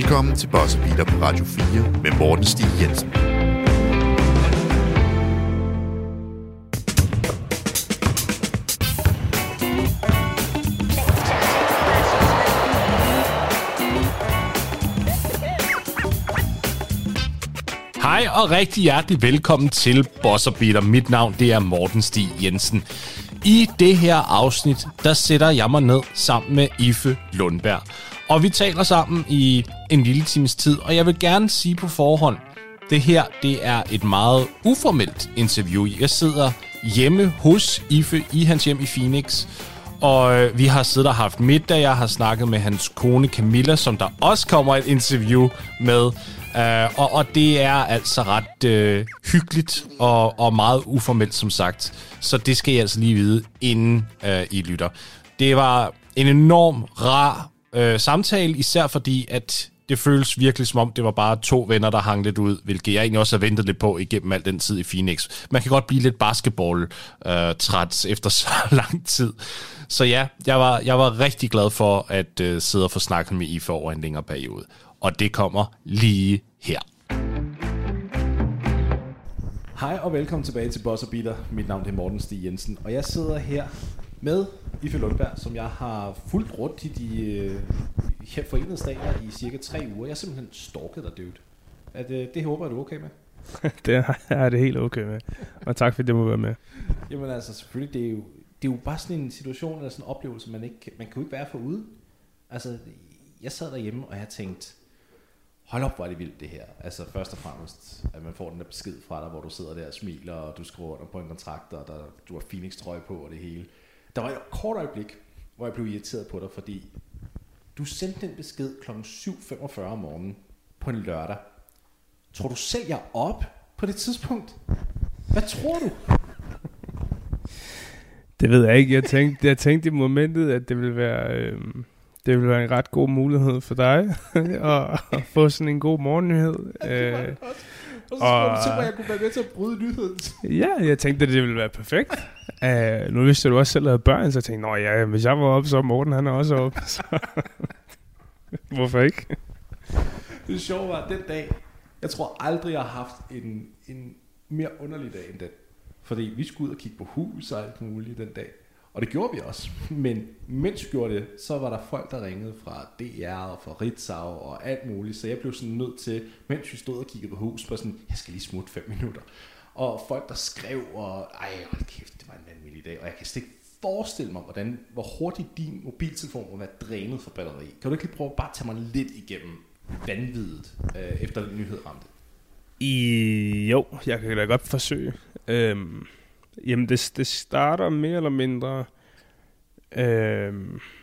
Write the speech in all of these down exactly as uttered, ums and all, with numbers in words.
Velkommen til Boss og Biler på Radio fire med Morten Stig Jensen. Hej og rigtig hjertelig velkommen til Boss og Biler. Mit navn det er Morten Stig Jensen. I det her afsnit, der sætter jeg mig ned sammen med Ife Lundberg. Og vi taler sammen i en lille times tid, og jeg vil gerne sige på forhånd, det her det er et meget uformelt interview. Jeg sidder hjemme hos Ife i hans hjem i Phoenix, og vi har siddet og haft middag. Jeg har snakket med hans kone Camilla, som der også kommer et interview med. Uh, og, og det er altså ret uh, hyggeligt og, og meget uformelt, som sagt. Så det skal I altså lige vide, inden uh, I lytter. Det var en enorm rar uh, samtale, især fordi, at det føles virkelig som om, det var bare to venner, der hang lidt ud, hvilket jeg egentlig også har ventet lidt på igennem al den tid i Phoenix. Man kan godt blive lidt basketball-træt uh, efter så lang tid. Så ja, jeg var, jeg var rigtig glad for at uh, sidde og få snakket med Ife over en længere periode. Og det kommer lige her. Hej og velkommen tilbage til Boss og Biler. Mit navn er Morten Stig Jensen, og jeg sidder her med Ife Lundberg, som jeg har fulgt rundt i de uh, forenede stater i cirka tre uger. Jeg har simpelthen stalket dig, dude. At, uh, det håber jeg, du er okay med? Det er det helt okay med, og tak fordi det må være med. Jamen altså selvfølgelig, det er jo, det er jo bare sådan en situation eller sådan en oplevelse, man, ikke, man kan jo ikke være forude. Altså, jeg sad derhjemme, og jeg tænkte, hold op, hvor er det vildt det her. Altså først og fremmest, at man får den der besked fra dig, hvor du sidder der og smiler, og du skriver under på en kontrakt, og der, du har Phoenix-trøje på og det hele. Der var et kort øjeblik, hvor jeg blev irriteret på dig, fordi du sendte den besked klokken syv femogfyrre om morgenen på en lørdag. Tror du selv, jeg er op på det tidspunkt? Hvad tror du? Det ved jeg ikke. Jeg tænkte, jeg tænkte i momentet, at det ville være... Øh... Det vil være en ret god mulighed for dig at, at få sådan en god morgennyhed. Ja, det og så skulle du til mig, at jeg kunne være med til at bryde nyheden. Ja, jeg tænkte, at det ville være perfekt. Uh, nu vidste du også selv, at du havde børn, så jeg tænkte, nå ja, hvis jeg var oppe, så Morten han er også oppe. Hvorfor ikke? Det sjove var, at den dag, jeg tror aldrig, jeg har haft en, en mere underlig dag end den. Fordi vi skulle ud og kigge på hus og alt muligt den dag. Og det gjorde vi også. Men mens vi gjorde det, så var der folk, der ringede fra D R og fra Ritzau og alt muligt. Så jeg blev sådan nødt til, mens vi stod og kiggede på hus, på sådan, jeg skal lige smutte fem minutter. Og folk, der skrev, og ej, hold kæft, det var en vanvittig dag. Og jeg kan slet ikke forestille mig, hvordan, hvor hurtigt din mobiltelefon må være drænet for batteri. Kan du ikke lige prøve at bare tage mig lidt igennem vanvittigt, øh, efter den nyhed ramte? I, jo, jeg kan da godt forsøge. Øhm... Jamen, det, det starter mere eller mindre, øh,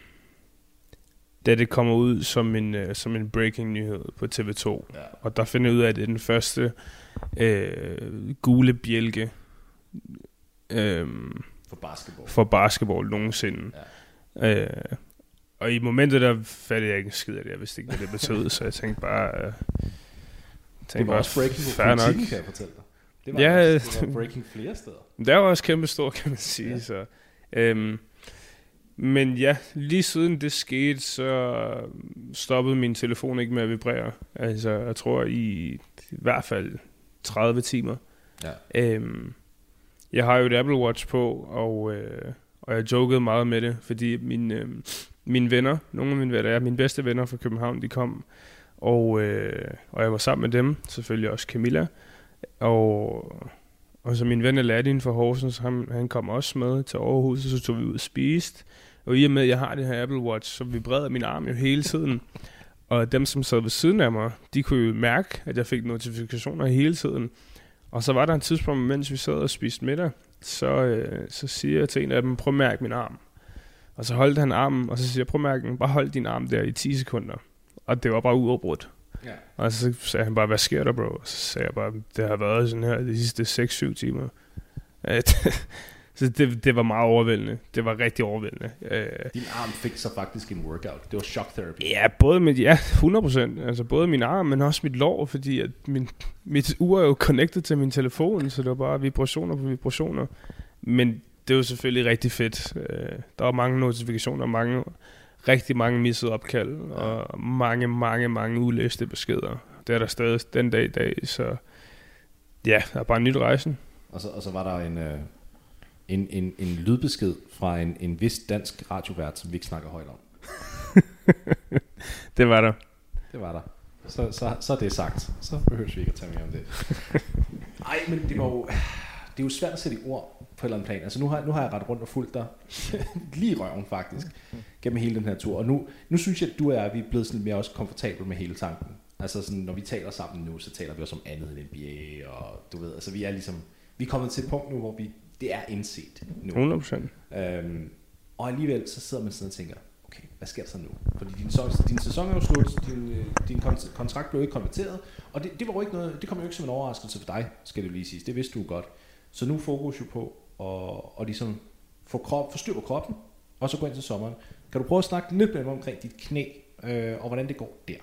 da det kommer ud som en, øh, som en breaking nyhed på T V to. Ja. Og der finder jeg ud af, at det er den første øh, gule bjælke øh, for basketball, for basketball nogensinde. Ja. Øh, og i momentet, der fattede jeg ikke en skid af det. Jeg vidste ikke, hvad det betød, så jeg tænkte bare... Øh, tænkte det var bare, også breaking på politikken, kan jeg fortælle dig. Det var, ja, også, det var breaking flere steder. Det var også kæmpe stor, kan man sige. Ja. Så. Øhm, men ja, lige siden det skete, så stoppede min telefon ikke med at vibrere. Altså, jeg tror i, i hvert fald tredive timer. Ja. Øhm, jeg har jo et Apple Watch på, og, øh, og jeg jokede meget med det, fordi mine, øh, mine venner, nogle af mine venner, mine bedste venner fra København, de kom, og, øh, og jeg var sammen med dem, selvfølgelig også Camilla. Og, og så min ven Aladdin fra Horsens, han, han kom også med til Aarhus, og så tog vi ud og spiste. Og i og med, at jeg har det her Apple Watch, så vibrerede min arm jo hele tiden. Og dem, som sad ved siden af mig, de kunne jo mærke, at jeg fik notifikationer hele tiden. Og så var der en tidspunkt, mens vi sad og spiste middag, så, øh, så siger jeg til en af dem, prøv at mærke min arm. Og så holdt han armen, og så siger jeg, prøv at mærke den, bare hold din arm der i ti sekunder. Og det var bare uafbrudt. Ja. Og så sagde han bare, hvad sker der, bro? Og så sagde jeg bare, det har været sådan her de sidste seks syv timer. Så det, det var meget overvældende. Det var rigtig overvældende. Din arm fik så faktisk en workout. Det var shock therapy. Ja, både med, ja, hundrede procent. Altså både min arm, men også mit lår, fordi at min, mit ur er jo connected til min telefon, så det var bare vibrationer på vibrationer. Men det var selvfølgelig rigtig fedt. Der var mange notifikationer, mange, rigtig mange missede opkald, og mange, mange, mange ulæste beskeder. Det er der stadig den dag i dag, så ja, der er bare en nyt rejsen. Og så, og så var der en, øh, en, en, en lydbesked fra en, en vis dansk radiovært, som vi ikke snakker højt om. Det var der. Det var der. Så, så, så er det sagt. Så behøver vi ikke at tage mere om det. Ej, men det var jo, det er jo svært at sætte i ord på et eller andet plan. Altså nu har, nu har jeg ret rundt og fulgt dig lige i røven faktisk gennem hele den her tur. Og nu, nu synes jeg, at du og jeg vi er blevet sådan mere også komfortable med hele tanken. Altså sådan, når vi taler sammen nu, så taler vi også om andet end N B A, og du ved, altså vi er ligesom, vi er kommet til et punkt nu, hvor vi, det er indset nu. hundrede procent. Øhm, og alligevel, så sidder man sådan og tænker, okay, hvad sker der så nu? Fordi din, så, din sæson er jo slut, din, din kontrakt blev ikke konverteret, og det, det var jo ikke noget, det kom jo ikke som en overraskelse for dig, skal det lige siges, det vidste du godt. Så nu fokus jo på at, at ligesom få, krop, få styr på kroppen, og så gå ind til sommeren. Kan du prøve at snakke lidt mere omkring dit knæ, øh, og hvordan det går der?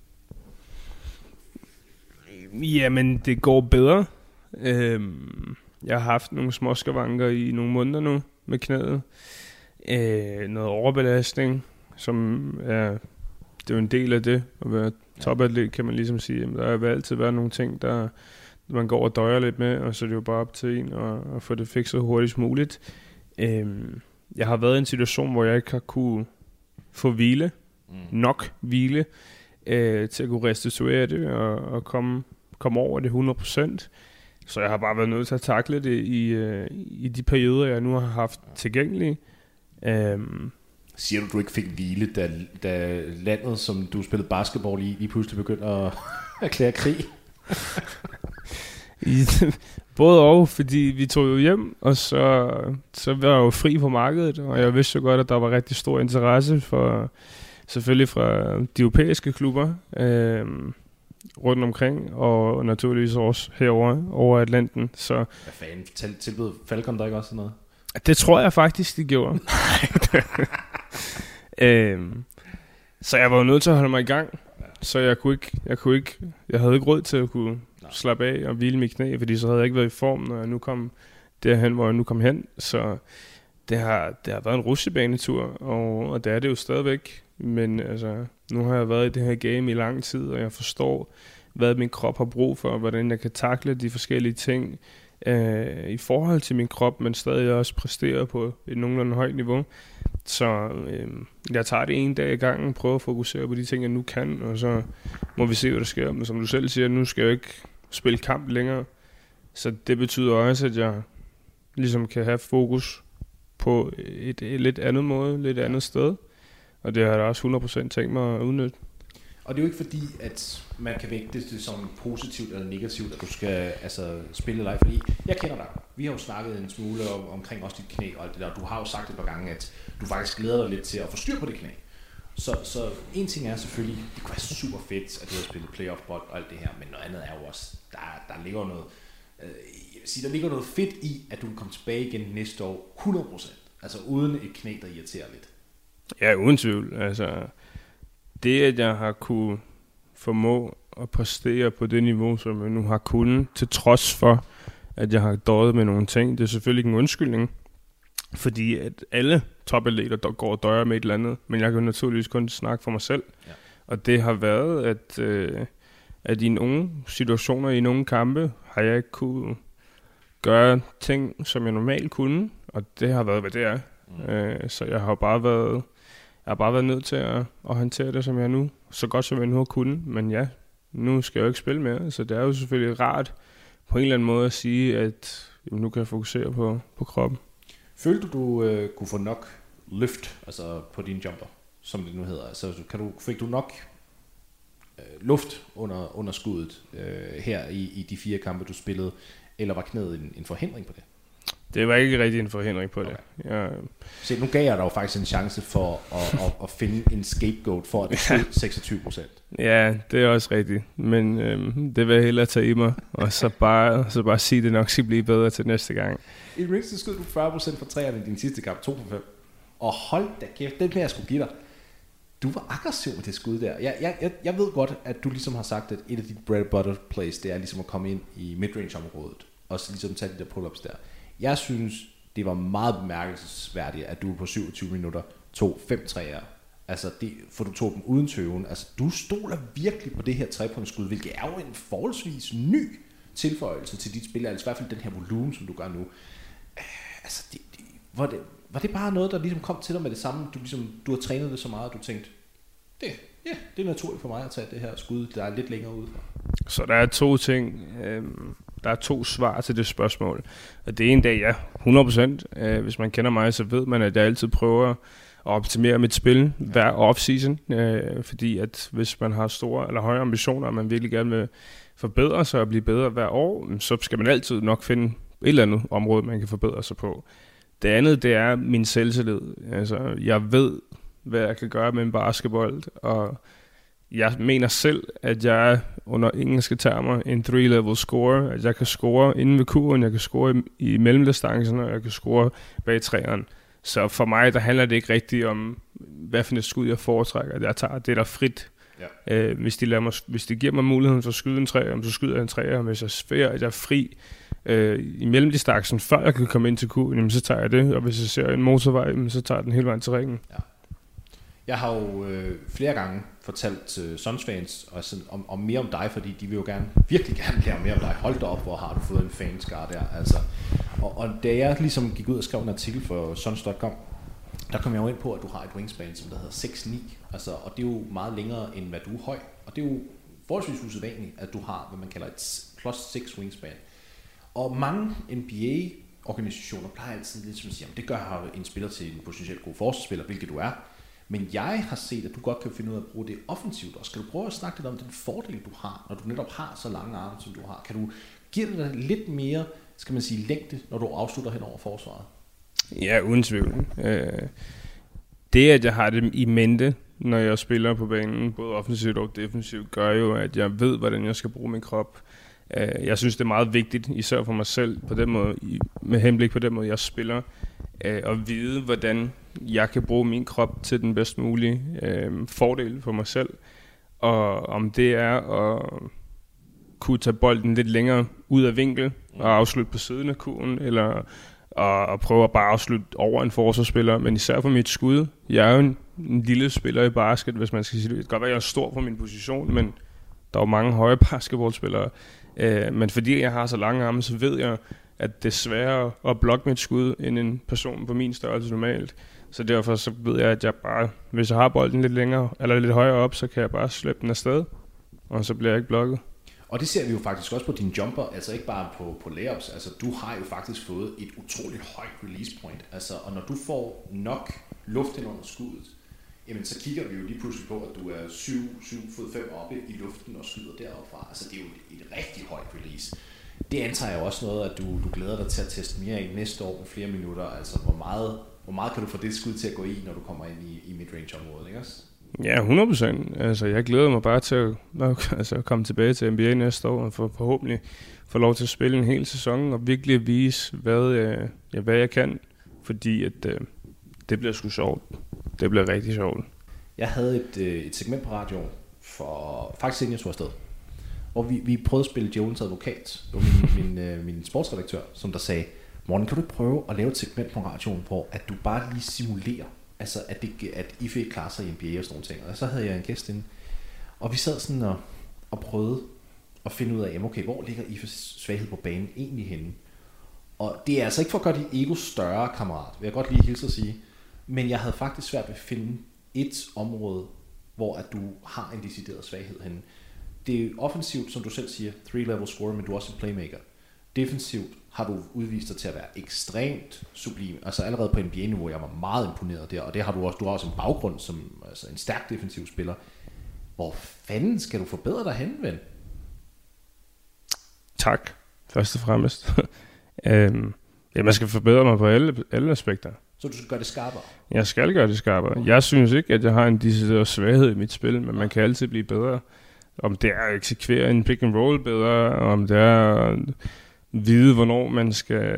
Jamen, det går bedre. Øhm, jeg har haft nogle småskavanker i nogle måneder nu med knæet. Øh, noget overbelastning, som er, det er jo en del af det. At være topatlet, kan man ligesom sige. Jamen, der vil altid være nogle ting, der man går og døjer lidt med, og så er det jo bare op til en at, at få det fikset hurtigst muligt. Øhm, jeg har været i en situation, hvor jeg ikke har kunne få hvile, mm. nok hvile, øh, til at kunne restituere det og, og komme, komme over det hundrede procent. Så jeg har bare været nødt til at takle det i, øh, i de perioder, jeg nu har haft tilgængelige. Øhm, Siger du, du ikke fik hvile, da, da landet, som du spillede basketball i, lige pludselig begyndte at erklære krig? Både og, fordi vi tog jo hjem, og så, så var jeg jo fri på markedet, og jeg vidste jo godt, at der var rigtig stor interesse for, selvfølgelig fra de europæiske klubber øh, rundt omkring, og naturligvis også herover over Atlanten. Så hvad fanden, tilbød Falcon der ikke også sådan noget? Det tror jeg faktisk, de gjorde. øhm, så jeg var jo nødt til at holde mig i gang. Så jeg kunne ikke, jeg kunne ikke, jeg havde ikke råd til at kunne slappe af og hvile mit knæ, fordi så havde jeg ikke været i form, når jeg nu kom derhen, hvor jeg nu kom hen. Så det har, det har været en rutsjebanetur, og, og det er det jo stadigvæk. Men altså, nu har jeg været i det her game i lang tid, og jeg forstår, hvad min krop har brug for, og hvordan jeg kan takle de forskellige ting øh, i forhold til min krop, men stadig også præstere på et nogenlunde højt niveau. Så øh, jeg tager det en dag i gangen, prøver at fokusere på de ting, jeg nu kan, og så må vi se, hvad der sker. Men som du selv siger, nu skal jeg jo ikke spille kamp længere. Så det betyder også, at jeg ligesom kan have fokus på et, et lidt andet måde, lidt andet sted. Og det har jeg også hundrede procent tænkt mig at udnytte. Og det er jo ikke fordi, at man kan vægte det som positivt eller negativt, at du skal altså, spille live. Fordi jeg kender dig. Vi har jo snakket en smule om, omkring også dit knæ og alt det der. Du har jo sagt et par gange, at du faktisk glæder dig lidt til at få styr på det knæ. Så, så en ting er selvfølgelig, det kunne være super fedt, at du har spillet playoff-bold og alt det her. Men noget andet er jo også, der, der ligger noget, øh, jeg vil sige, der ligger noget fedt i, at du kan komme tilbage igen næste år hundrede procent. Altså uden et knæ, der irriterer lidt. Ja, uden tvivl. Altså, det, at jeg har kunne formå at præstere på det niveau, som jeg nu har kunnet, til trods for, at jeg har døjet med nogle ting, det er selvfølgelig ikke en undskyldning, fordi at alle topatleter, der går og døjer med et eller andet, men jeg kan naturligvis kun snakke for mig selv. Ja. Og det har været, at, øh, at i nogle situationer, i nogle kampe, har jeg ikke kunne gøre ting, som jeg normalt kunne, og det har været, hvad det er. Mm. Øh, så jeg har bare været, jeg har bare været nødt til at, at håndtere det, som jeg nu, så godt som jeg nu har kunnet. Men ja, nu skal jeg jo ikke spille mere, så det er jo selvfølgelig rart på en eller anden måde at sige, at jamen, nu kan jeg fokusere på, på kroppen. Følte du, du øh, kunne få nok løft altså på dine jumper, som det nu hedder? Altså, kan du, fik du nok øh, luft under, under skuddet øh, her i, i de fire kampe, du spillede, eller var knæet en, en forhindring på det? Det var ikke rigtig en forhindring på okay. det. Jeg... Se, nu gav jeg dig jo faktisk en chance for at, at, at finde en scapegoat for at det ja. seksogtyve procent. Ja, det er også rigtigt. Men øhm, det vil jeg hellere tage i mig, og så bare, så bare sige, at det nok skal blive bedre til næste gang. I Rings skød du fyrre procent fra træerne i din sidste kamp, to for fem. Og hold da kæft, den her jeg skulle give dig. Du var aggressiv med det skud der. Jeg, jeg, jeg, jeg ved godt, at du ligesom har sagt, at et af dit bread and butter plays, det er ligesom at komme ind i midrange-området, og så ligesom tage de der pull-ups der. Jeg synes, det var meget bemærkelsesværdigt, at du på syvogtyve minutter tog fem træer Altså, det, for du tog dem uden tøven. Altså, du stoler virkelig på det her trepunktsskud, hvilket er jo en forholdsvis ny tilføjelse til dit spil, altså i hvert fald den her volumen, som du gør nu. Uh, altså, det, det, var, det, var det bare noget, der ligesom kom til dig med det samme? Du, ligesom, du har trænet det så meget, at du tænkte, det, ja, det er naturligt for mig at tage det her skud, der er lidt længere udefra. Så der er to ting. Øh, der er to svar til det spørgsmål. Og det ene dag, ja, hundrede procent. Øh, hvis man kender mig, så ved man, at jeg altid prøver at optimere mit spil hver off-season. Øh, fordi at hvis man har store eller høje ambitioner, og man virkelig gerne vil forbedre sig og blive bedre hver år, så skal man altid nok finde et eller andet område, man kan forbedre sig på. Det andet, det er min selvtillid. Altså, jeg ved, hvad jeg kan gøre med en basketball, og jeg mener selv, at jeg er under engelske termer en three-level scorer, at jeg kan score inden ved kurven, jeg kan score i, i mellemdistancen, og jeg kan score bag træeren. Så for mig, der handler det ikke rigtigt om, hvad for et skud jeg foretrækker. Jeg tager det der frit. Ja. Øh, hvis, de lader mig, hvis de giver mig muligheden for at skyde en træer, så skyder jeg en træer. Hvis jeg sværer, at jeg er fri øh, i mellemdistancen, før jeg kan komme ind til kurven, jamen, så tager jeg det. Og hvis jeg ser en motorvej, jamen, så tager jeg den hele vejen til ringen. Ja. Jeg har jo øh, flere gange fortalt øh, Suns fans og sådan, om, om mere om dig, fordi de vil jo gerne, virkelig gerne lære mere om dig. Hold da op, hvor har du fået en fanskare der. Altså. Og, og da jeg ligesom gik ud og skrev en artikel for Suns punktum com, der kom jeg jo ind på, at du har et wingspan, som der hedder seks ni. Altså, og det er jo meget længere, end hvad du er høj. Og det er jo forholdsvis usædvanligt, at du har, hvad man kalder et plus seks wingspan. Og mange N B A-organisationer plejer altid lidt som at sige, at det gør en spiller til en potentielt god forsvarsspiller, hvilket du er. Men jeg har set, at du godt kan finde ud af at bruge det offensivt. Og skal du prøve at snakke lidt om den fordel, du har, når du netop har så lange arme, som du har? Kan du give dig lidt mere, skal man sige, længde, når du afslutter hen over forsvaret? Ja, uden tvivl. Øh, det, at jeg har det i mente, når jeg spiller på banen, både offensivt og defensivt, gør jo, at jeg ved, hvordan jeg skal bruge min krop. Øh, jeg synes, det er meget vigtigt, især for mig selv, på den måde, med henblik på den måde, jeg spiller, øh, at vide, hvordan jeg kan bruge min krop til den bedst mulige øh, fordel for mig selv. Og om det er at kunne tage bolden lidt længere ud af vinkel og afslutte på siden af kurven, eller og, og prøve at bare afslutte over en forsvarsspiller, men især for mit skud. Jeg er jo en, en lille spiller i basket, hvis man skal sige det. Det kan godt være, at jeg er stor for min position, men der er jo mange høje basketballspillere. Øh, men fordi jeg har så lange arme, så ved jeg, at det er sværere at blokke mit skud, end en person på min størrelse normalt. Så derfor så ved jeg, at jeg bare, hvis jeg har bolden lidt længere, eller lidt højere op, så kan jeg bare slippe den afsted, og så bliver jeg ikke blokket. Og det ser vi jo faktisk også på dine jumper, altså ikke bare på, på layups. Altså du har jo faktisk fået et utroligt højt release point. Altså, og når du får nok luft ind under skuddet, jamen så kigger vi jo lige pludselig på, at du er syv fod fem oppe i luften og skyder deroppe fra. Altså det er jo et, et rigtig højt release. Det antager jo også noget, at du, du glæder dig til at teste mere ind næste år med flere minutter. Altså hvor meget, hvor meget kan du få det skud til at gå i, når du kommer ind i, i midrange-området, ikke også? Ja, hundrede procent. Altså, jeg glæder mig bare til at nok, altså, komme tilbage til N B A næste år, og for, forhåbentlig få lov til at spille en hel sæson, og virkelig vise, hvad, øh, ja, hvad jeg kan, fordi at, øh, det bliver sgu sjovt. Det bliver rigtig sjovt. Jeg havde et, øh, et segment på radioen, for faktisk inden jeg tog afsted, hvor vi, vi prøvede at spille Jones advokat. Det var min, min, øh, min sportsredaktør, som der sagde, Morten, kan du ikke prøve at lave et segment på radioen, hvor at du bare lige simulerer, altså at, det, at I F ikke klarer sig i N B A og sådan nogle ting. Og så havde jeg en gæst inde, og vi sad sådan og, og prøvede at finde ud af, jamen okay, hvor ligger I F's svaghed på banen egentlig henne? Og det er altså ikke for at gøre dit ego større, kammerat, vil jeg godt lige hilse at sige, men jeg havde faktisk svært ved at finde et område, hvor at du har en decideret svaghed henne. Det er offensivt, som du selv siger, three-level scorer, men du er også en playmaker. Defensivt har du udvist dig til at være ekstremt sublim. Altså allerede på N B A-niveau, jeg var meget imponeret der, og det har du også. Du har også en baggrund som altså en stærk defensiv spiller. Hvor fanden skal du forbedre dig hen, ven? Tak, først og fremmest. øhm, ja, man skal forbedre mig på alle, alle aspekter. Så du skal gøre det skarpere? Jeg skal gøre det skarpere. Jeg synes ikke, at jeg har en decideret svaghed i mit spil, men man kan altid blive bedre. Om det er at eksekvere en pick and roll bedre, om det er at vide, hvornår man skal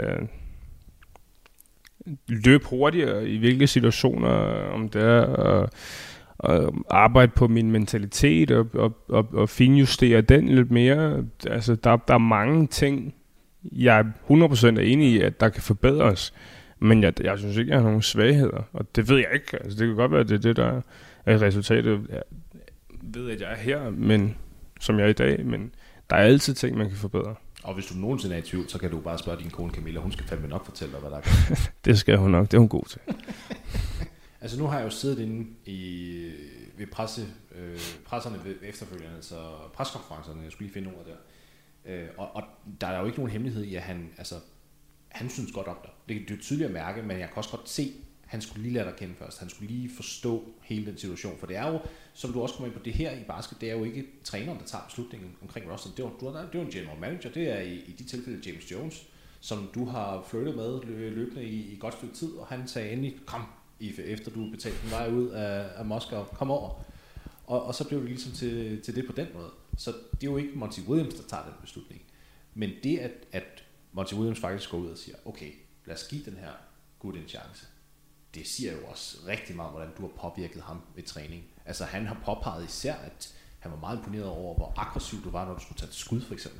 løbe hurtigere i hvilke situationer, om det er at, at arbejde på min mentalitet og, og, og, og finjustere den lidt mere. Altså, der, der er mange ting, jeg er hundrede procent er enig i, at der kan forbedres, men jeg, jeg synes ikke, jeg har nogen svagheder, og det ved jeg ikke. Altså, det kan godt være, at det er det, der at resultatet er, ved, at jeg er her, men som jeg er i dag, men der er altid ting, man kan forbedre. Og hvis du nogensinde er i tvivl, så kan du bare spørge din kone Camilla. Hun skal fandme nok fortælle dig, hvad der er. Det skal hun nok. Det er hun god til. Altså nu har jeg jo siddet inde i, ved presse, øh, presserne ved, efterfølgende, altså preskonferencerne, jeg skulle lige finde ordet der. Øh, og, og der er jo ikke nogen hemmelighed i, at han, altså, han synes godt om dig. Det, det er tydeligt at mærke, men jeg kan også godt se, at han skulle lige lade dig kende først. Han skulle lige forstå hele den situation. For det er jo, som du også kommer ind på det her i basket, det er jo ikke træneren, der tager beslutningen omkring roster. Det er jo, det er jo en general manager. Det er i, i de tilfælde James Jones, som du har flyttet med løbende i, i godt stykke tid. Og han sagde endelig, kom, efter du betalte den vej ud af, af Moskva, kom over. Og, og så blev det ligesom til, til det på den måde. Så det er jo ikke Monty Williams, der tager den beslutning. Men det, at, at Monty Williams faktisk går ud og siger, okay, lad os give den her gut en chance. Det siger jo også rigtig meget, hvordan du har påvirket ham ved træning. Altså han har påpeget især, at han var meget imponeret over, hvor aggressiv du var, når du skulle tage et skud, for eksempel.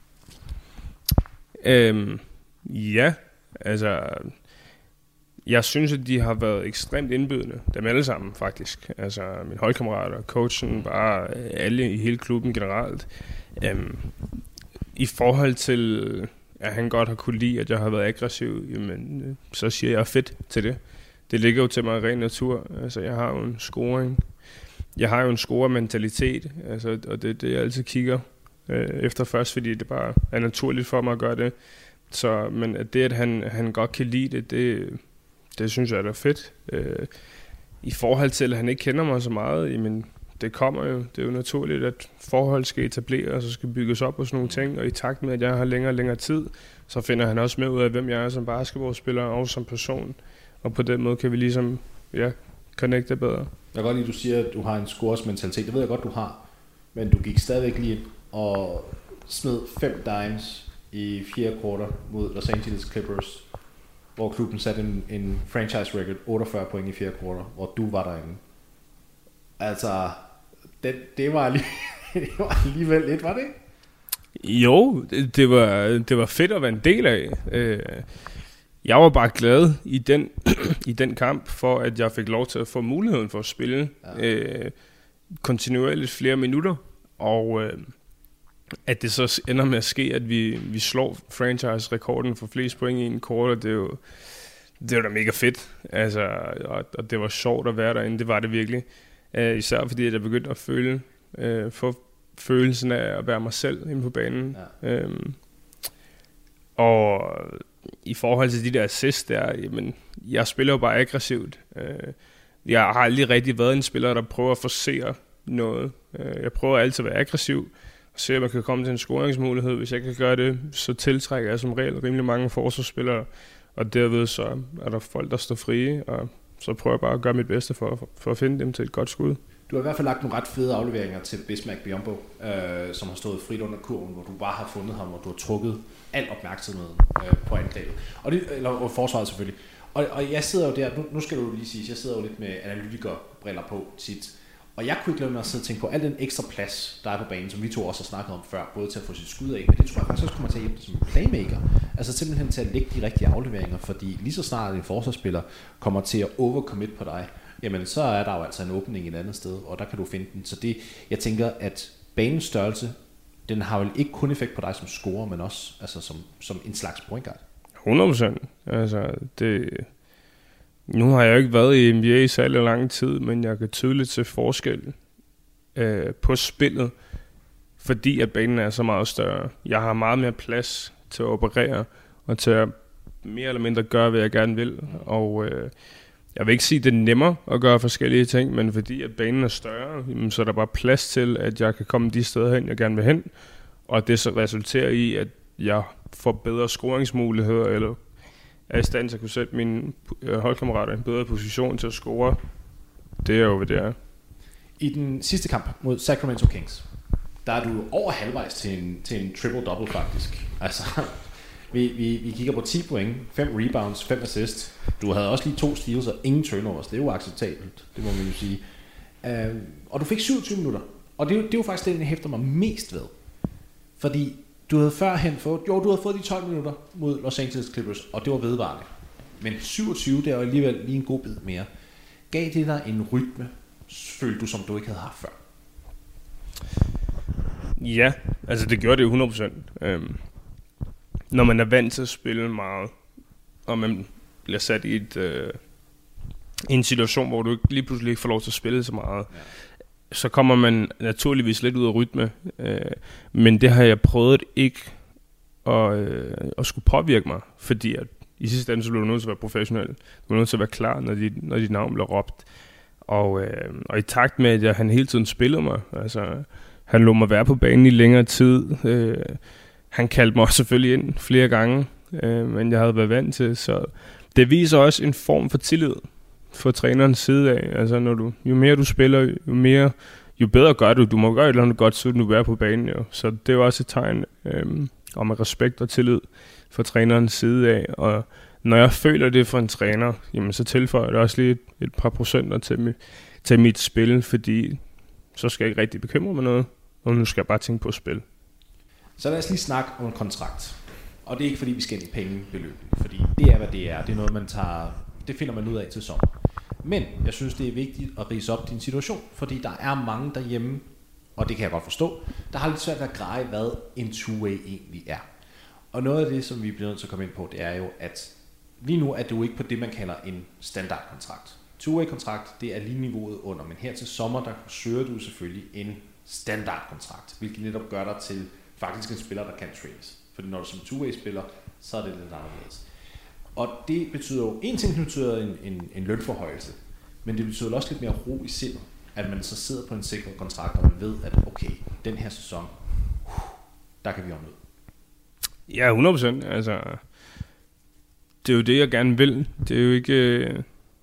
Øhm, ja, altså... Jeg synes, at de har været ekstremt indbydende, dem alle sammen faktisk. Altså mine holdkammerater, coachen, bare alle i hele klubben generelt. Øhm, I forhold til, at han godt har kunne lide, at jeg har været aggressiv, jamen, så siger jeg fedt til det. Det ligger jo til mig i ren natur. Altså jeg har jo en scoring. Jeg har jo en scorementalitet, altså, og det er det, jeg altid kigger øh, efter først, fordi det bare er naturligt for mig at gøre det. Så, men det, at han, han godt kan lide det, det Det synes jeg er da fedt. Øh, I forhold til, at han ikke kender mig så meget, jamen, det kommer jo. Det er jo naturligt, at forhold skal etableres og så skal bygges op og sådan nogle ting. Og i takt med, at jeg har længere og længere tid, så finder han også med ud af, hvem jeg er som basketballspiller og som person. Og på den måde kan vi ligesom, ja, connecte bedre. Jeg kan godt lide, at du siger, at du har en scoresmentalitet. Det ved jeg godt, du har. Men du gik stadigvæk lige ind og smed fem dimes i fjerde kvartal mod Los Angeles Clippers, hvor klubben satte en, en franchise record, otteogfyrre point i fjerde kvartal, hvor du var derinde. Altså, det, det, var, lige, det var alligevel lidt, var det ikke? Jo, det, det, var, det var fedt at være en del af. Jeg var bare glad i den, i den kamp, for at jeg fik lov til at få muligheden for at spille ja. øh, kontinuerligt flere minutter, og øh, at det så ender med at ske, at vi, vi slår franchise-rekorden for flest point i en quarter, det er jo, det var da mega fedt. Altså, og, og det var sjovt at være derinde, det var det virkelig. Uh, især fordi jeg begyndte at føle, uh, få følelsen af at være mig selv inde på banen. Ja. Um, og i forhold til de der assists der, jamen, jeg spiller jo bare aggressivt. Uh, jeg har aldrig rigtig været en spiller, der prøver at forsere noget. Uh, jeg prøver altid at være aggressiv, og se, at man kan komme til en scoringsmulighed. Hvis jeg kan gøre det, så tiltrækker jeg som regel rimelig mange forsvarsspillere, og derved så er der folk, der står frie, og så prøver jeg bare at gøre mit bedste for, for at finde dem til et godt skud. Du har i hvert fald lagt nogle ret fede afleveringer til Bismack Biyombo, øh, som har stået frit under kurven, hvor du bare har fundet ham, og du har trukket al opmærksomhed øh, på angrebet. Og det, eller og forsvaret selvfølgelig. Og, og jeg sidder jo der, nu, nu skal du lige sige, jeg sidder jo lidt med analytikerbriller på tit. Og jeg kunne ikke lade mig at sidde og tænke på al den ekstra plads, der er på banen, som vi to også har snakket om før, både til at få sit skud af, men det tror jeg faktisk også kommer til at hjælpe som playmaker. Altså simpelthen til at lægge de rigtige afleveringer, fordi lige så snart en forsvarsspiller kommer til at overcommit på dig, jamen så er der jo altså en åbning et andet sted, og der kan du finde den. Så det, jeg tænker, at banens størrelse, den har vel ikke kun effekt på dig som scorer, men også altså som, som en slags point guard. hundrede procent. Altså, det... Nu har jeg jo ikke været i N B A i særlig lang tid, men jeg kan tydeligt se forskel øh, på spillet, fordi at banen er så meget større. Jeg har meget mere plads til at operere, og til at mere eller mindre gøre, hvad jeg gerne vil. Og øh, jeg vil ikke sige, at det er nemmere at gøre forskellige ting, men fordi at banen er større, jamen, så er der bare plads til, at jeg kan komme de steder hen, jeg gerne vil hen. Og det så resulterer i, at jeg får bedre scoringsmuligheder, eller er i stand til at kunne sætte mine holdkammerater i en bedre position til at score. Det er jo, hvad det er. I den sidste kamp mod Sacramento Kings, der er du over halvvejs til en, til en triple-double faktisk. Altså, vi, vi, vi kigger på ti point, fem rebounds, fem assists. Du havde også lige to steals og ingen turnovers. Det er jo acceptabelt, det må man jo sige. Uh, og du fik syvogtyve minutter. Og det er, det er jo faktisk det, jeg hæfter mig mest ved. Fordi du havde førhen fået, jo, du havde fået de tolv minutter mod Los Angeles Clippers, og det var vedvarende. Men syvogtyve, det er jo alligevel lige en god bid mere. Gav det dig en rytme, følte du, som du ikke havde haft før? Ja, altså det gjorde det jo hundrede procent. Øhm, når man er vant til at spille meget, og man bliver sat i et, øh, en situation, hvor du ikke lige pludselig ikke får lov til at spille så meget, ja. Så kommer man naturligvis lidt ud af rytme. Øh, men det har jeg prøvet ikke at, øh, at skulle påvirke mig, fordi at i sidste ende så blev du nødt til at være professionel. Du blev nødt til at være klar, når, de, når dit navn blev råbt. Og, øh, og i takt med, at jeg, han hele tiden spillede mig, altså han lod mig være på banen i længere tid. Øh, han kaldte mig selvfølgelig ind flere gange, øh, men jeg havde været vant til. Så det viser også en form for tillid fra trænerens side af. Altså når du, jo mere du spiller, jo mere, jo bedre gør du. Du må gøre et eller andet godt, så du være på banen. Jo. Så det er jo også et tegn øh, om respekt og tillid fra trænerens side af. Og når jeg føler det fra en træner, jamen så tilføjer det også lige et, et par procenter til, mi, til mit spil, fordi så skal jeg ikke rigtig bekymre mig noget, og nu skal jeg bare tænke på at spille. Så lad os lige snakke om en kontrakt. Og det er ikke fordi, vi skal ind i pengebeløb, fordi det er, hvad det er. Det er noget, man tager, det finder man ud af til sommer. Men jeg synes, det er vigtigt at ridse op din situation, fordi der er mange derhjemme, og det kan jeg godt forstå, der har lidt svært ved at greje, hvad en two-way egentlig er. Og noget af det, som vi bliver nødt til at komme ind på, det er jo, at lige nu er du ikke på det, man kalder en standardkontrakt. Two-way-kontrakt, det er lige niveauet under, men her til sommer, der søger du selvfølgelig en standardkontrakt, hvilket netop gør dig til faktisk en spiller, der kan trades. Fordi når du som two-way-spiller, så er det lidt anderledes. Og det betyder jo, en ting betyder en, en, en lønforhøjelse, men det betyder også lidt mere ro i sindet, at man så sidder på en sikret kontrakt, og man ved, at okay, den her sæson, uh, der kan vi om noget. Ja, hundrede procent. Altså, det er jo det, jeg gerne vil. Det er jo ikke... Øh...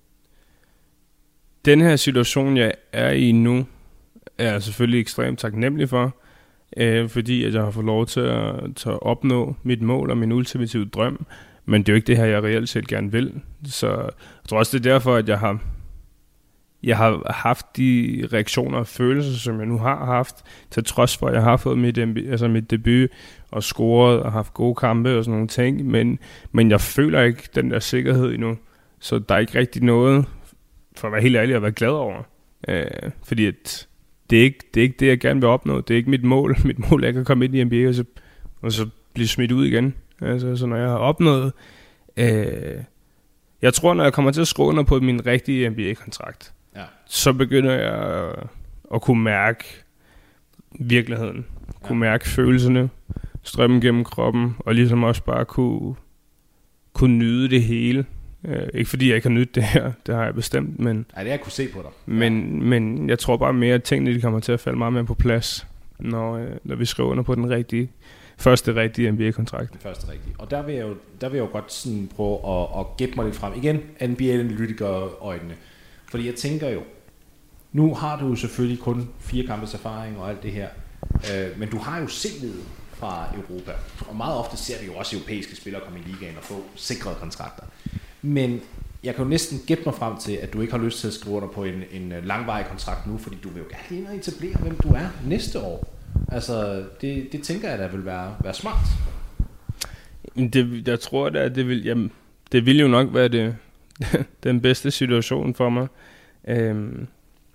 Den her situation, jeg er i nu, er jeg selvfølgelig ekstremt taknemmelig for, øh, fordi at jeg har fået lov til at, til at opnå mit mål og min ultimative drøm, men det er jo ikke det her, jeg reelt set gerne vil. Så jeg tror også, det er derfor, at jeg har, jeg har haft de reaktioner og følelser, som jeg nu har haft, til trods for, at jeg har fået mit, altså mit debut og scoret og haft gode kampe og sådan nogle ting, men, men jeg føler ikke den der sikkerhed endnu. Så der er ikke rigtig noget, for at være helt ærlig, at være glad over. Øh, fordi at det, er ikke, det er ikke det, jeg gerne vil opnå. Det er ikke mit mål. Mit mål er ikke at komme ind i N B A og så, og så blive smidt ud igen. Altså, så når jeg har opnået... Øh, jeg tror, når jeg kommer til at skrive under på min rigtige N B A-kontrakt, ja. Så begynder jeg at, at kunne mærke virkeligheden. Ja. Kunne mærke følelserne, strømmen gennem kroppen, og ligesom også bare kunne, kunne nyde det hele. Uh, ikke fordi jeg ikke har nydt det her, det har jeg bestemt, men... Ja, det har jeg kunne se på dig. Men, ja. men jeg tror bare mere, at tingene de kommer til at falde meget mere på plads, når, uh, når vi skriver under på den rigtige, første rigtige N B A-kontrakt. Den første rigtige. Og der vil jeg jo, der vil jeg jo godt sådan prøve at, at gætte mig lidt frem. Igen, N B A-analytiker-øjnene. Fordi jeg tænker jo, nu har du jo selvfølgelig kun fire kampes erfaring og alt det her, uh, men du har jo C'et fra Europa. Og meget ofte ser vi jo også europæiske spillere komme i ligaen og få sikrede kontrakter. Men jeg kan jo næsten gætte mig frem til, at du ikke har lyst til at skrive under på en, en langvarig kontrakt nu, fordi du vil jo gerne ind og etablere, hvem du er næste år. Altså, det, det tænker jeg, der vil være, være smart. Det, jeg tror, at det vil, jamen, det vil jo nok være det, den bedste situation for mig. Øhm,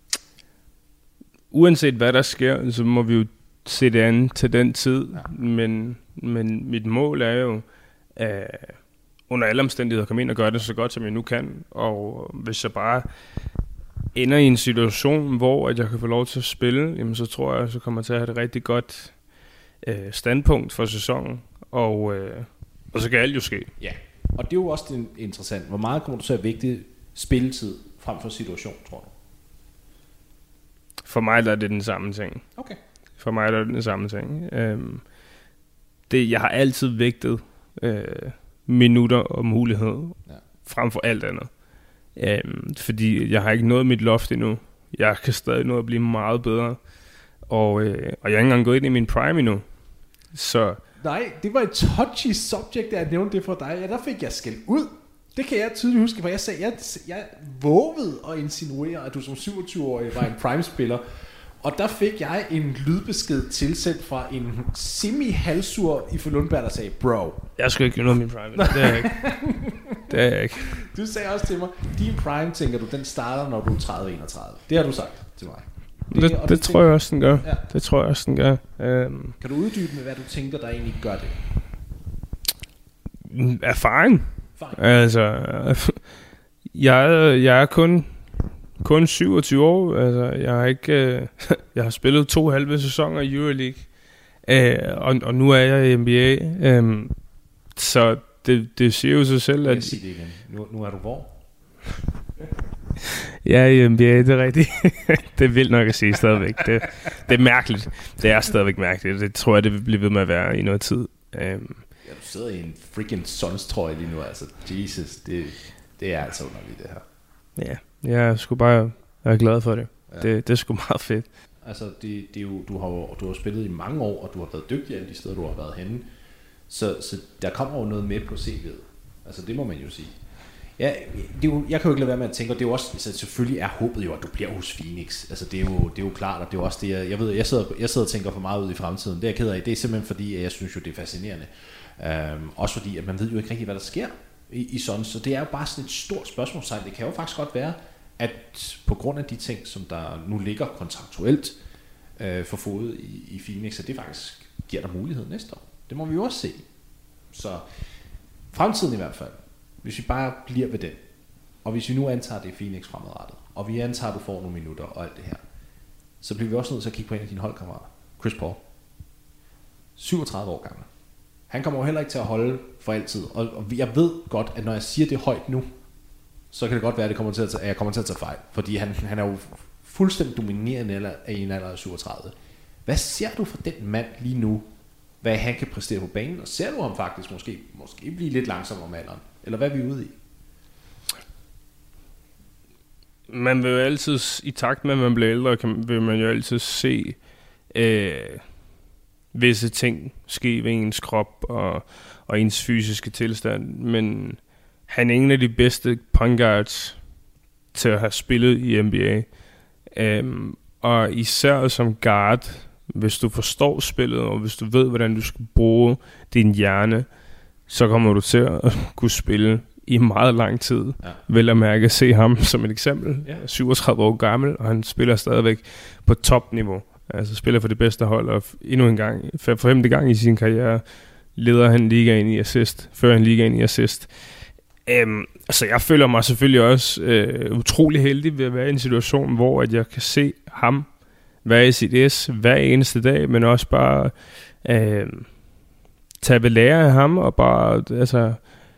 uanset hvad der sker, så må vi jo se det an til den tid. Ja. Men, men mit mål er jo... Øh, under alle omstændigheder komme ind og gøre det så godt, som jeg nu kan. Og hvis jeg bare ender i en situation, hvor at jeg kan få lov til at spille, jamen så tror jeg, så kommer jeg til at have et rigtig godt øh, standpunkt for sæsonen. Og, øh, og så kan alt jo ske. Ja, og det er jo også interessant. Hvor meget kommer du til at vægte spilletid frem for situation, tror du? For mig der er det den samme ting. Okay. For mig der er det den samme ting. Øhm, det, jeg har altid vægtet... Øh, minutter og mulighed ja. Frem for alt andet. Øhm, fordi jeg har ikke nået mit loft endnu. Jeg kan stadig nå at blive meget bedre. Og, øh, og jeg har ikke engang gået ind i min prime endnu. Så... Nej, det var et touchy subject, da jeg nævnte det for dig. Ja, der fik jeg skæld ud. Det kan jeg tydeligt huske, for jeg sagde, jeg, jeg vågede at insinuere, at du som syvogtyve-årig var en prime-spiller. Og der fik jeg en lydbesked tilsendt fra en semi-halsur i Lundberg, der sagde, bro. Jeg skal ikke noget min prime. Det er jeg ikke. Det er jeg ikke. Du sagde også til mig, din prime, tænker du, den starter, når du er tredive enogtredive. Det har du sagt. til mig. Det, det, det, det tror jeg også, den gør. Ja. Det tror jeg også, den gør. Um, kan du uddybe med, hvad du tænker, der egentlig gør det? Erfaring. Erfaring. Altså, jeg, jeg er kun, kun syvogtyve år. Altså, jeg har ikke, øh, jeg har spillet to halve sæsoner i Euroleague. Øh, og, og nu er jeg i N B A. Øh, så det, det siger jo sig selv, at... Jeg siger det igen. Nu, nu er du hvor? Ja, i N B A, det er rigtigt. Det er vildt nok at sige stadigvæk. Det, det er mærkeligt. Det er stadigvæk mærkeligt. Det tror jeg, det vil blive ved med at være i noget tid. Um, ja, du sidder i en freaking Suns-trøje lige nu, altså. Jesus, det, det er altså underligt, det her. Ja, jeg skulle bare være glad for det. Ja. Det, det er sgu meget fedt. Altså, det, det er jo, du har jo du har spillet i mange år, og du har været dygtig alle de steder, du har været henne. Så, så der kommer jo noget med på C V'et. Altså, det må man jo sige. Ja, det er jo, jeg kan jo ikke lade være med at tænke, og det er jo også, altså selvfølgelig er håbet jo, at du bliver hos Phoenix. Altså det er jo, det er jo klart, og det er også det, jeg, jeg ved, jeg sidder, jeg sidder og tænker for meget ud i fremtiden. Det er jeg ked af. Det er simpelthen fordi, at jeg synes jo, det er fascinerende. Um, også fordi, at man ved jo ikke rigtig, hvad der sker i, i sådan, så det er jo bare sådan et stort spørgsmålstegn. Det kan jo faktisk godt være, at på grund af de ting, som der nu ligger kontraktuelt uh, for fod i, i Phoenix, at det faktisk giver dig mulighed næste år. Det må vi jo også se. Så fremtiden i hvert fald. Hvis vi bare bliver ved den, og hvis vi nu antager, det er Phoenix fremadrettet, og vi antager, at du får nogle minutter og alt det her, så bliver vi også nødt til at kigge på en af dine holdkammerater, Chris Paul. syvogtredive år gammel. Han kommer jo heller ikke til at holde for altid, og, og jeg ved godt, at når jeg siger det højt nu, så kan det godt være, at, det kommer til at, tage, at jeg kommer til at tage fejl, fordi han, han er jo fuldstændig dominerende af en alder af syvogtredive. Hvad ser du for den mand lige nu, hvad han kan præstere på banen, og ser du ham faktisk måske, måske blive lidt langsommere om alderen? Eller hvad er vi ude i? Man vil jo altid, i takt med at man bliver ældre, kan, vil man jo altid se øh, visse ting ske ved ens krop og, og ens fysiske tilstand. Men han er en af de bedste point guards til at have spillet i N B A. Um, og især som guard, hvis du forstår spillet, og hvis du ved, hvordan du skal bruge din hjerne, så kommer du til at kunne spille i meget lang tid. Ja. Vel at mærke at se ham som et eksempel. Ja. syvogtredive år gammel, og han spiller stadigvæk på topniveau. Altså spiller for det bedste hold, og endnu en gang, for femte gang i sin karriere, leder han ligaen i assist, fører han ligaen i assist. Um, altså jeg føler mig selvfølgelig også uh, utrolig heldig ved at være i en situation, hvor at jeg kan se ham være i sit S hver eneste dag, men også bare uh, tage ved lære af ham, og bare altså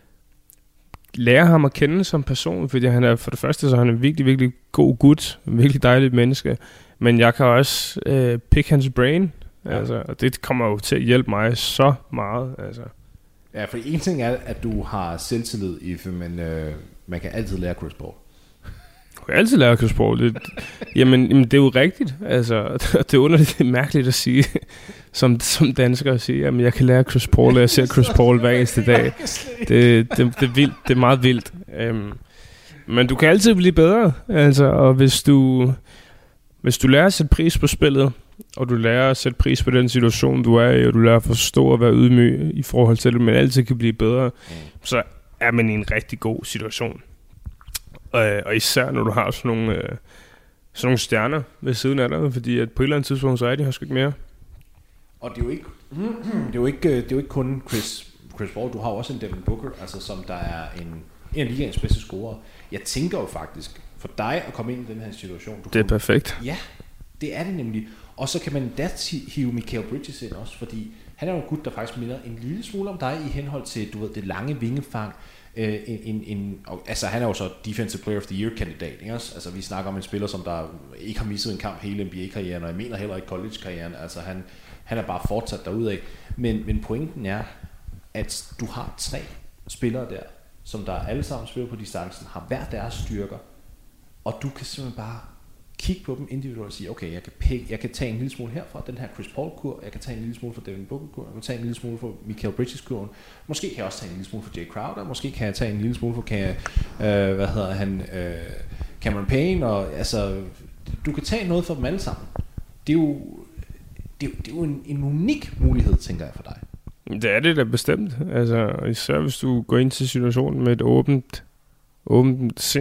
lære ham at kende som person, fordi han er for det første, så han er en virkelig, virkelig god gut, en virkelig dejligt menneske, men jeg kan også uh, pick hans brain, ja. Altså, og det kommer jo til at hjælpe mig så meget, altså. Ja, for en ting er, at du har selvtillid, Ife, men øh, man kan altid lære Chris Paul. Du kan altid lære Chris Paul. Det, jamen, jamen, det er jo rigtigt. Altså, det er underligt, det er mærkeligt at sige, som, som dansker at sige, jamen, jeg kan lære Chris Paul, og jeg ser Chris Paul hver eneste dag. Det, det, det, er vildt, det er meget vildt. Um, men du kan altid blive bedre. Altså, og hvis du, hvis du lærer at sætte pris på spillet, og du lærer at sætte pris på den situation, du er i, og du lærer at forstå og være ydmyg i forhold til det, men altid kan blive bedre, mm. så er man i en rigtig god situation. Og, og især når du har sådan nogle, øh, sådan nogle stjerner ved siden af dig, fordi at på et eller andet tidspunkt, så er de her sgu ikke mere. Og det er jo ikke, det er jo ikke, det er jo ikke kun Chris, Chris Paul, du har også en Devin Booker, altså som der er en, en af ligaens bedste scorer. Jeg tænker jo faktisk, for dig at komme ind i den her situation... Du det er kommer, perfekt. Ja, det er det nemlig. Og så kan man da hive Mikal Bridges ind også, fordi han er jo en gut, der faktisk minder en lille smule om dig i henhold til, du ved, det lange vingefang. Øh, en, en, en, altså han er jo så Defensive Player of the Year kandidat, ikke også? Altså vi snakker om en spiller, som der ikke har misset en kamp hele N B A-karrieren, og jeg mener heller ikke college-karrieren. Altså han, han er bare fortsat derudad. Men, men pointen er, at du har tre spillere der, som der alle sammen spiller på distancen, har hver deres styrker, og du kan simpelthen bare kigge på dem individuelt og sige, okay, jeg kan, pick, jeg kan tage en lille smule herfra, den her Chris Paul-kur, jeg kan tage en lille smule fra Devin Booker-kur, jeg kan tage en lille smule fra Mikal Bridges-kuren, måske kan jeg også tage en lille smule fra Jay Crowder, måske kan jeg tage en lille smule fra, kan jeg, øh, hvad hedder han, øh, Cameron Payne, og altså, du kan tage noget fra dem alle sammen. Det er jo, det er, det er jo en, en unik mulighed, tænker jeg for dig. Det er det da bestemt, altså især hvis du går ind til situationen med et åbent, åbent sind,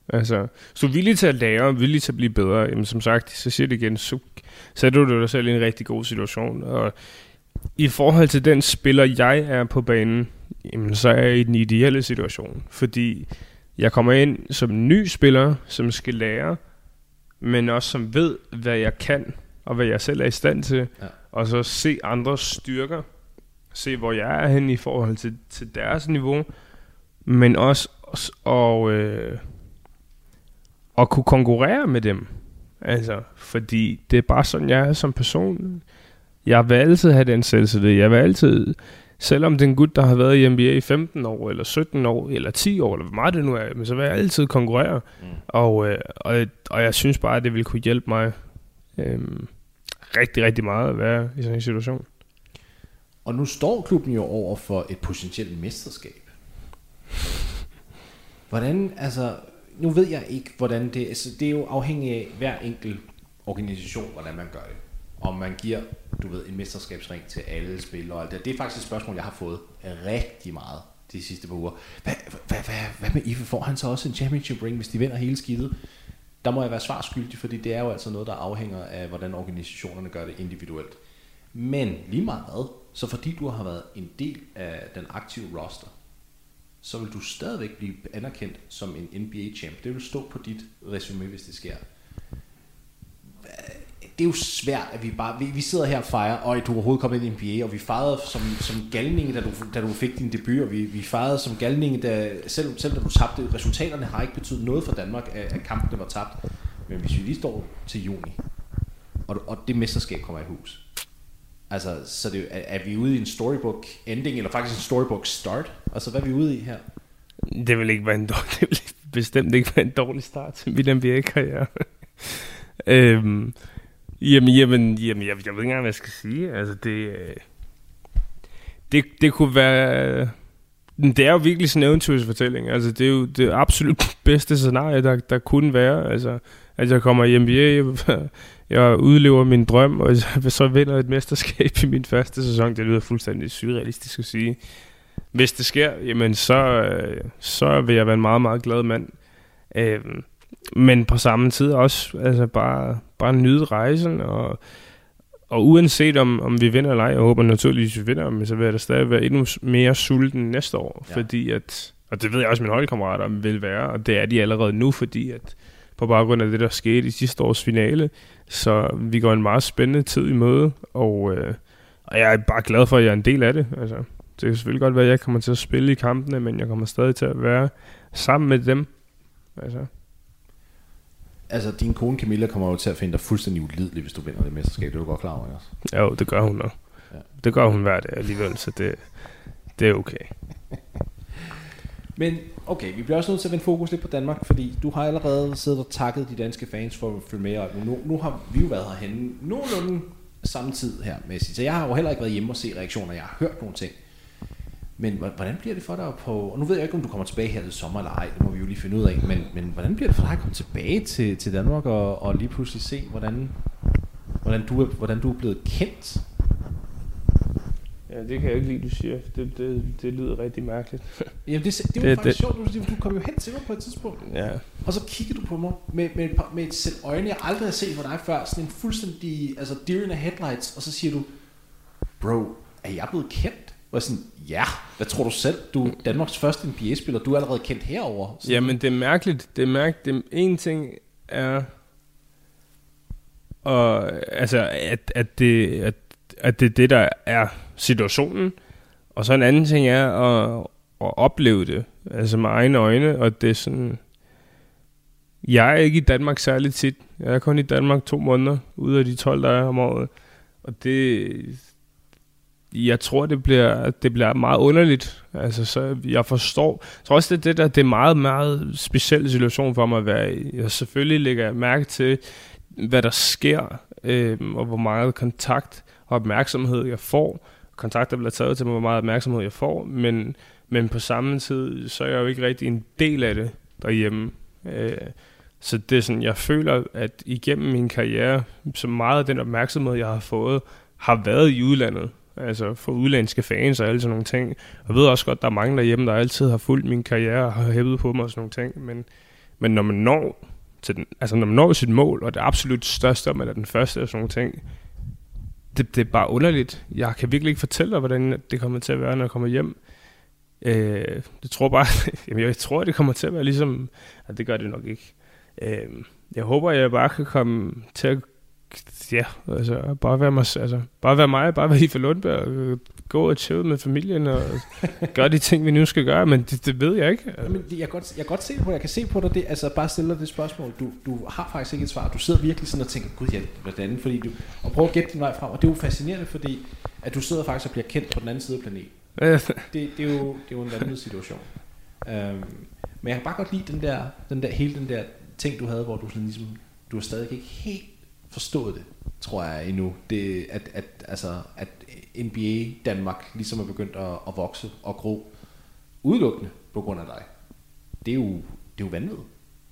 Altså, så du er villig til at lære, villig til at blive bedre, jamen som sagt, så siger det igen, så sætter du dig selv i en rigtig god situation. Og i forhold til den spiller, jeg er på banen, jamen så er jeg i den ideelle situation. Fordi jeg kommer ind som en ny spiller, som skal lære, men også som ved, hvad jeg kan, og hvad jeg selv er i stand til. Ja. Og så se andres styrker, se hvor jeg er henne i forhold til, til deres niveau, men også og, øh, og kunne konkurrere med dem. Altså, fordi det er bare sådan, jeg er som person. Jeg vil altid have den selvtillid. Jeg vil altid, selvom det er en gut, der har været i N B A i femten år, eller sytten år, eller ti år, eller hvor meget det nu er, men så vil jeg altid konkurrere. Mm. Og, øh, og, og jeg synes bare, at det vil kunne hjælpe mig øh, rigtig, rigtig meget at være i sådan en situation. Og nu står klubben jo over for et potentielt mesterskab. Hvordan, altså, nu ved jeg ikke, hvordan det, altså, det er jo afhængigt af hver enkelt organisation, hvordan man gør det. Om man giver, du ved, en mesterskabsring til alle spillere og alt det. Det er faktisk et spørgsmål, jeg har fået rigtig meget de sidste par uger. Hvad, hvad, hvad, hvad med Ife? Får han så også en championship ring, hvis de vinder hele skidtet? Der må jeg være svarskyldig, fordi det er jo altså noget, der afhænger af, hvordan organisationerne gør det individuelt. Men lige meget hvad, så fordi du har været en del af den aktive roster, så vil du stadigvæk blive anerkendt som en N B A-champ. Det vil stå på dit resume, hvis det sker. Det er jo svært, at vi bare... Vi, vi sidder her og fejrer, og du er overhovedet kommet ind i N B A, og vi fejrede som, som galninge, da du, da du fik din debut, og vi, vi fejrede som galninge, da, selv, selv da du tabte. Resultaterne har ikke betydet noget for Danmark, at, at kampene var tabt. Men hvis vi lige står til juni, og, og det mesterskab kommer i hus, altså, så det, er, er vi ude i en storybook ending, eller faktisk en storybook start? Altså, hvad er vi ude i her? Det vil ikke være en dårlig, det vil bestemt ikke være en dårlig start til mit N B A-karriere. øhm, jamen, jamen, jamen, jeg, jeg ved ikke engang, hvad jeg skal sige. Altså, det, det, det kunne være... Det er jo virkelig sådan en eventyrsfortælling. Altså, det er jo det absolut bedste scenarie, der, der kunne være. Altså, at jeg kommer i N B A, jeg, jeg udlever min drøm, og jeg så vinder et mesterskab i min første sæson. Det lyder fuldstændig surrealistisk at sige. Hvis det sker, jamen så, så vil jeg være en meget, meget glad mand. Øhm, men på samme tid også altså bare, bare nyde rejsen, og, og uanset om, om vi vinder eller ej, jeg håber naturligvis, at vi vinder, men så vil jeg da stadig være endnu mere sulten næste år, ja. Fordi at, og det ved jeg også, at mine holdkammerater vil være, og det er de allerede nu, fordi at på baggrund af det, der skete i sidste års finale, så vi går en meget spændende tid i møde, og, øh, og jeg er bare glad for, at jeg er en del af det, altså. Det kan selvfølgelig godt være, at jeg kommer til at spille i kampene, men jeg kommer stadig til at være sammen med dem. Altså, altså din kone Camilla kommer jo til at finde dig fuldstændig ulidelig, hvis du vinder det mesterskab. Det er du godt klar over, ikke også? Jo, det gør hun nok. Ja. Det gør hun hver dag alligevel, så det, det er okay. Men okay, vi bliver også nødt til at vende fokus lidt på Danmark, fordi du har allerede siddet og takket de danske fans for at følge med, og nu, nu har vi jo været herhenne nogenlunde samme tid her med sig. Så jeg har jo heller ikke været hjemme og se reaktioner, jeg har hørt nogle ting. Men hvordan bliver det for dig på, og nu ved jeg ikke, om du kommer tilbage her til sommer eller ej, det må vi jo lige finde ud af, men, men hvordan bliver det for dig at komme tilbage til, til Danmark og, og lige pludselig se, hvordan, hvordan, du er, hvordan du er blevet kendt? Ja, det kan jeg ikke lide, du siger. Det, det, det lyder rigtig mærkeligt. Jamen det, det, det var det, faktisk det. sjovt, du, du kom jo hen til mig på et tidspunkt, ja. Og så kigger du på mig med, med, et, med et sæt øjne, jeg aldrig har set på dig før, sådan en fuldstændig, altså deer in the headlights, og så siger du, bro, er jeg blevet kendt? Og sådan, ja, hvad tror du selv? Du er Danmarks første N B A-spiller, du er allerede kendt herover. Jamen det er mærkeligt, det er mærkeligt. Det, en ting er, og, altså, at, at, det, at, at det er det, der er situationen, og så en anden ting er at, at opleve det, altså med egne øjne, og det er sådan, jeg er ikke i Danmark særligt tit, jeg er kun i Danmark to måneder, ud af de tolv, der er om året, og det, jeg tror, det bliver, det bliver meget underligt, altså så jeg forstår, jeg tror også, det er det der, det er meget, meget speciel situation for mig at være i, jeg selvfølgelig lægger jeg mærke til, hvad der sker, øh, og hvor meget kontakt og opmærksomhed jeg får. Kontakter bliver taget til mig, hvor meget opmærksomhed jeg får, men, men på samme tid, så er jeg jo ikke rigtig en del af det derhjemme. Øh, så det er sådan, jeg føler, at igennem min karriere, så meget af den opmærksomhed, jeg har fået, har været i udlandet. Altså for udlandske fans og alle sådan nogle ting. Jeg ved også godt, der er mange derhjemme, der altid har fulgt min karriere og har hævet på mig og sådan nogle ting, men Men når man når til den, altså når man når sit mål, og det absolut største, og man er den første og sådan nogle ting, det, det er bare underligt. Jeg kan virkelig ikke fortælle dig, hvordan det kommer til at være, når jeg kommer hjem. Øh, det tror bare, jamen jeg tror, det kommer til at være ligesom, at det gør det nok ikke. Øh, jeg håber, jeg bare kan komme til at, ja, altså bare være mig, altså bare være mig, bare være I F E Lundberg, og gå og chill med familien og gøre de ting, vi nu skal gøre, men det, det ved jeg ikke. Jamen, jeg, kan godt, jeg kan godt se det på, jeg kan se på dig, det, altså bare stille dig det spørgsmål, du, du har faktisk ikke et svar, du sidder virkelig sådan og tænker, gud ja, hvordan, fordi du, og prøver at gætte din vej frem, og det er jo fascinerende, fordi at du sidder faktisk og bliver kendt på den anden side af planeten. det, det, er jo, det er jo en vanvittig situation. Um, men jeg kan bare godt lide den der, den der, hele den der ting, du havde, hvor du sådan ligesom, du har stadig ikke helt forstået det, tror jeg endnu, det, at, at, altså, at N B A Danmark ligesom er begyndt at, at vokse og gro udelukkende på grund af dig. Det er jo, det er jo vanvittigt.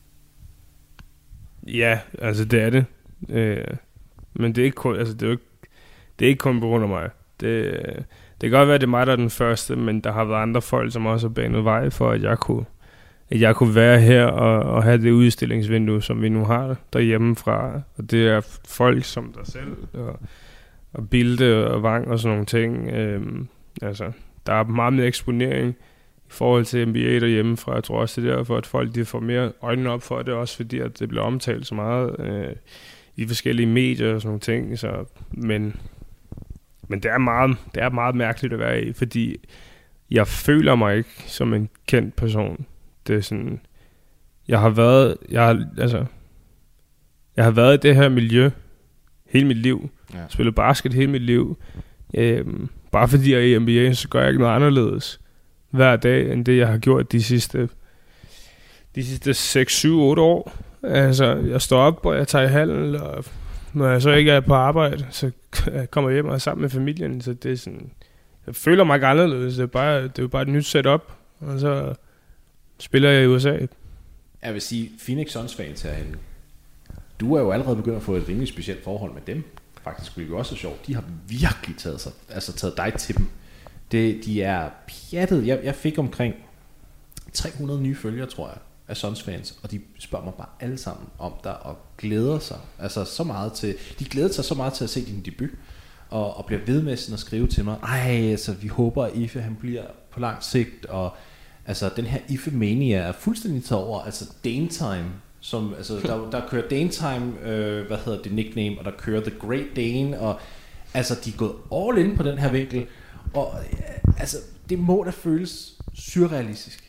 Ja, altså det er det. Øh, men det er ikke kun, altså det er ikke, det er ikke kun på grund af mig. Det, det kan godt være, at det er mig, der er den første, men der har været andre folk, som også har banet vej for, at jeg kunne, at jeg kunne være her og, og have det udstillingsvindue, som vi nu har derhjemmefra. Og det er folk som dig selv, og, og Bilde og Vang og sådan nogle ting. Øhm, altså, der er meget mere eksponering i forhold til N B A derhjemmefra. Jeg tror også, det er derfor, at folk de får mere øjnene op for det, også fordi at det bliver omtalt så meget øh, i forskellige medier og sådan nogle ting. Så, men men det, er meget, det er meget mærkeligt at være i, fordi jeg føler mig ikke som en kendt person. Det er sådan, jeg har været, jeg har, altså, jeg har været i det her miljø hele mit liv. Ja. Spillet basket hele mit liv. Øhm, bare fordi jeg er i N B A, så gør jeg ikke noget anderledes hver dag, end det jeg har gjort de sidste de sidste seks, syv, otte år. Altså, jeg står op, og jeg tager i hallen, og når jeg så ikke er på arbejde, så kommer jeg hjem og er sammen med familien. Så det er sådan, jeg føler mig ikke anderledes. Det er, bare, det er jo bare et nyt setup, og så spiller jeg i U S A. Jeg vil sige, Phoenix Suns fans herhenne, du er jo allerede begyndt at få et rimelig specielt forhold med dem. Faktisk bliver det jo også så sjovt. De har virkelig taget, sig, altså taget dig til dem. Det, de er pjattet. Jeg, jeg fik omkring tre hundrede nye følgere, tror jeg, af Suns fans, og de spørger mig bare alle sammen om dig og glæder sig. Altså så meget til, de glæder sig så meget til at se din debut, og, og bliver ved med sådan at skrive til mig, ej, altså vi håber, at Ife han bliver på lang sigt, og altså den her Ife Mania er fuldstændig taget over, altså Dane Time, som, altså der, der kører Dane Time, øh, hvad hedder det nickname, og der kører The Great Dane, og altså de er gået all in på den her vinkel, og altså det må da føles surrealistisk.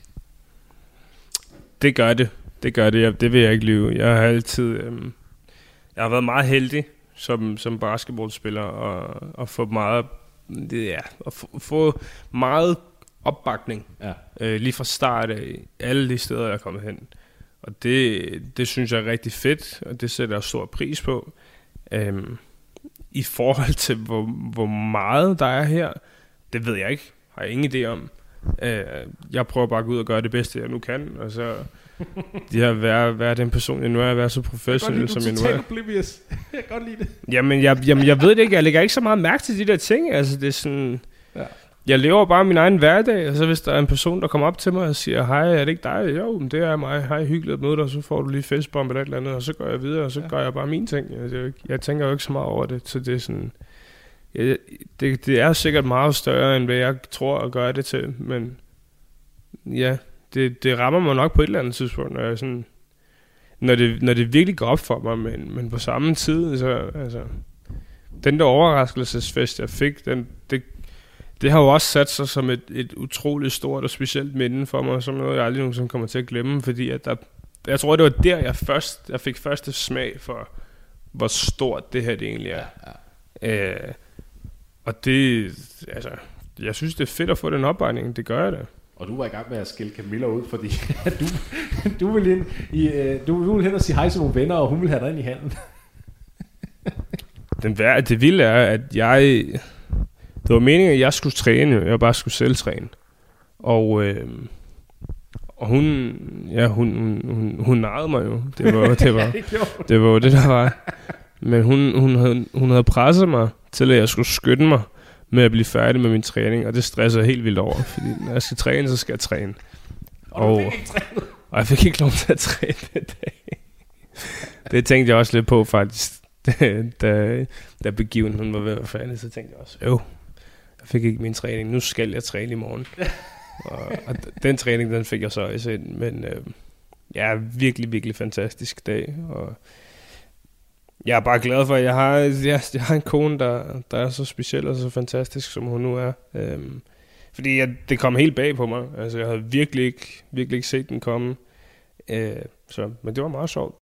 Det gør det, det gør det, jeg, det vil jeg ikke lyve. Jeg har altid, øhm, jeg har været meget heldig som, som basketballspiller, og, og få meget, det, ja, at få, få meget opbakning, ja. øh, lige fra start af, alle de steder, jeg er kommet hen. Og det, det synes jeg er rigtig fedt, og det sætter jeg stor pris på. Øhm, I forhold til, hvor, hvor meget der er her, det ved jeg ikke, har jeg ingen idé om. Øh, jeg prøver bare at gå ud og gøre det bedste, jeg nu kan, og så de her, være, være den person, jeg nu er, være så professionel, som jeg nu er. Jeg kan godt lide, du er totalt oblivious. Jeg kan godt lide det. Jamen jeg, jamen, jeg ved det ikke, jeg lægger ikke så meget mærke til de der ting, altså det er sådan... Ja. Jeg lever bare min egen hverdag, og så hvis der er en person, der kommer op til mig og siger, hej, er det ikke dig? Jo, det er mig. Hej, hyggeligt at møde dig, så får du lige festbombe eller et eller andet, og så går jeg videre, og så ja. gør jeg bare mine ting. Jeg, jeg tænker jo ikke så meget over det, så det er sådan... Jeg, det, det er sikkert meget større, end hvad jeg tror at gøre det til, men ja, det, det rammer mig nok på et eller andet tidspunkt, når, jeg sådan, når, det, når det virkelig går op for mig, men, men på samme tid, så altså, den der overraskelsesfest, jeg fik, den, det, det har jo også sat sig som et, et utroligt stort og specielt minde for mig, som noget, jeg aldrig nogensinde kommer til at glemme, fordi at der, jeg tror, det var der, jeg, først, jeg fik første smag for, hvor stort det her det egentlig er. Ja, ja. Øh, og det, altså, jeg synes, det er fedt at få den opbakning, det gør jeg da. Og du var i gang med at skille Camilla ud, fordi du, du, ville ind i, du, du ville hen og sige hej til nogle venner, og hun ville have dig ind i handen. Den værd, det vilde er, at jeg, det var meningen, at jeg skulle træne, jeg bare skulle selv træne. Og, øh, og hun, ja, hun, hun, hun narrede mig jo. Det var det, var, det var det, der var. Men hun, hun, havde, hun havde presset mig til, at jeg skulle skynde mig med at blive færdig med min træning, og det stresser jeg helt vildt over, fordi når jeg skal træne, så skal jeg træne. Og, og du fik ikke trænet? Og jeg fik ikke lov til at træne den dag. Det tænkte jeg også lidt på faktisk, da, da begivenheden var ved at være færdig. Så tænkte jeg også, øv, jeg fik ikke min træning. Nu skal jeg træne i morgen. og, og den træning, den fik jeg så også ind. Men øh, ja, virkelig, virkelig fantastisk dag. Og jeg er bare glad for, at jeg har, jeg, jeg har en kone, der, der er så speciel og så fantastisk, som hun nu er. Øhm, fordi jeg, det kom helt bag på mig. Altså, jeg havde virkelig ikke, virkelig ikke set den komme. Øh, så, men det var meget sjovt.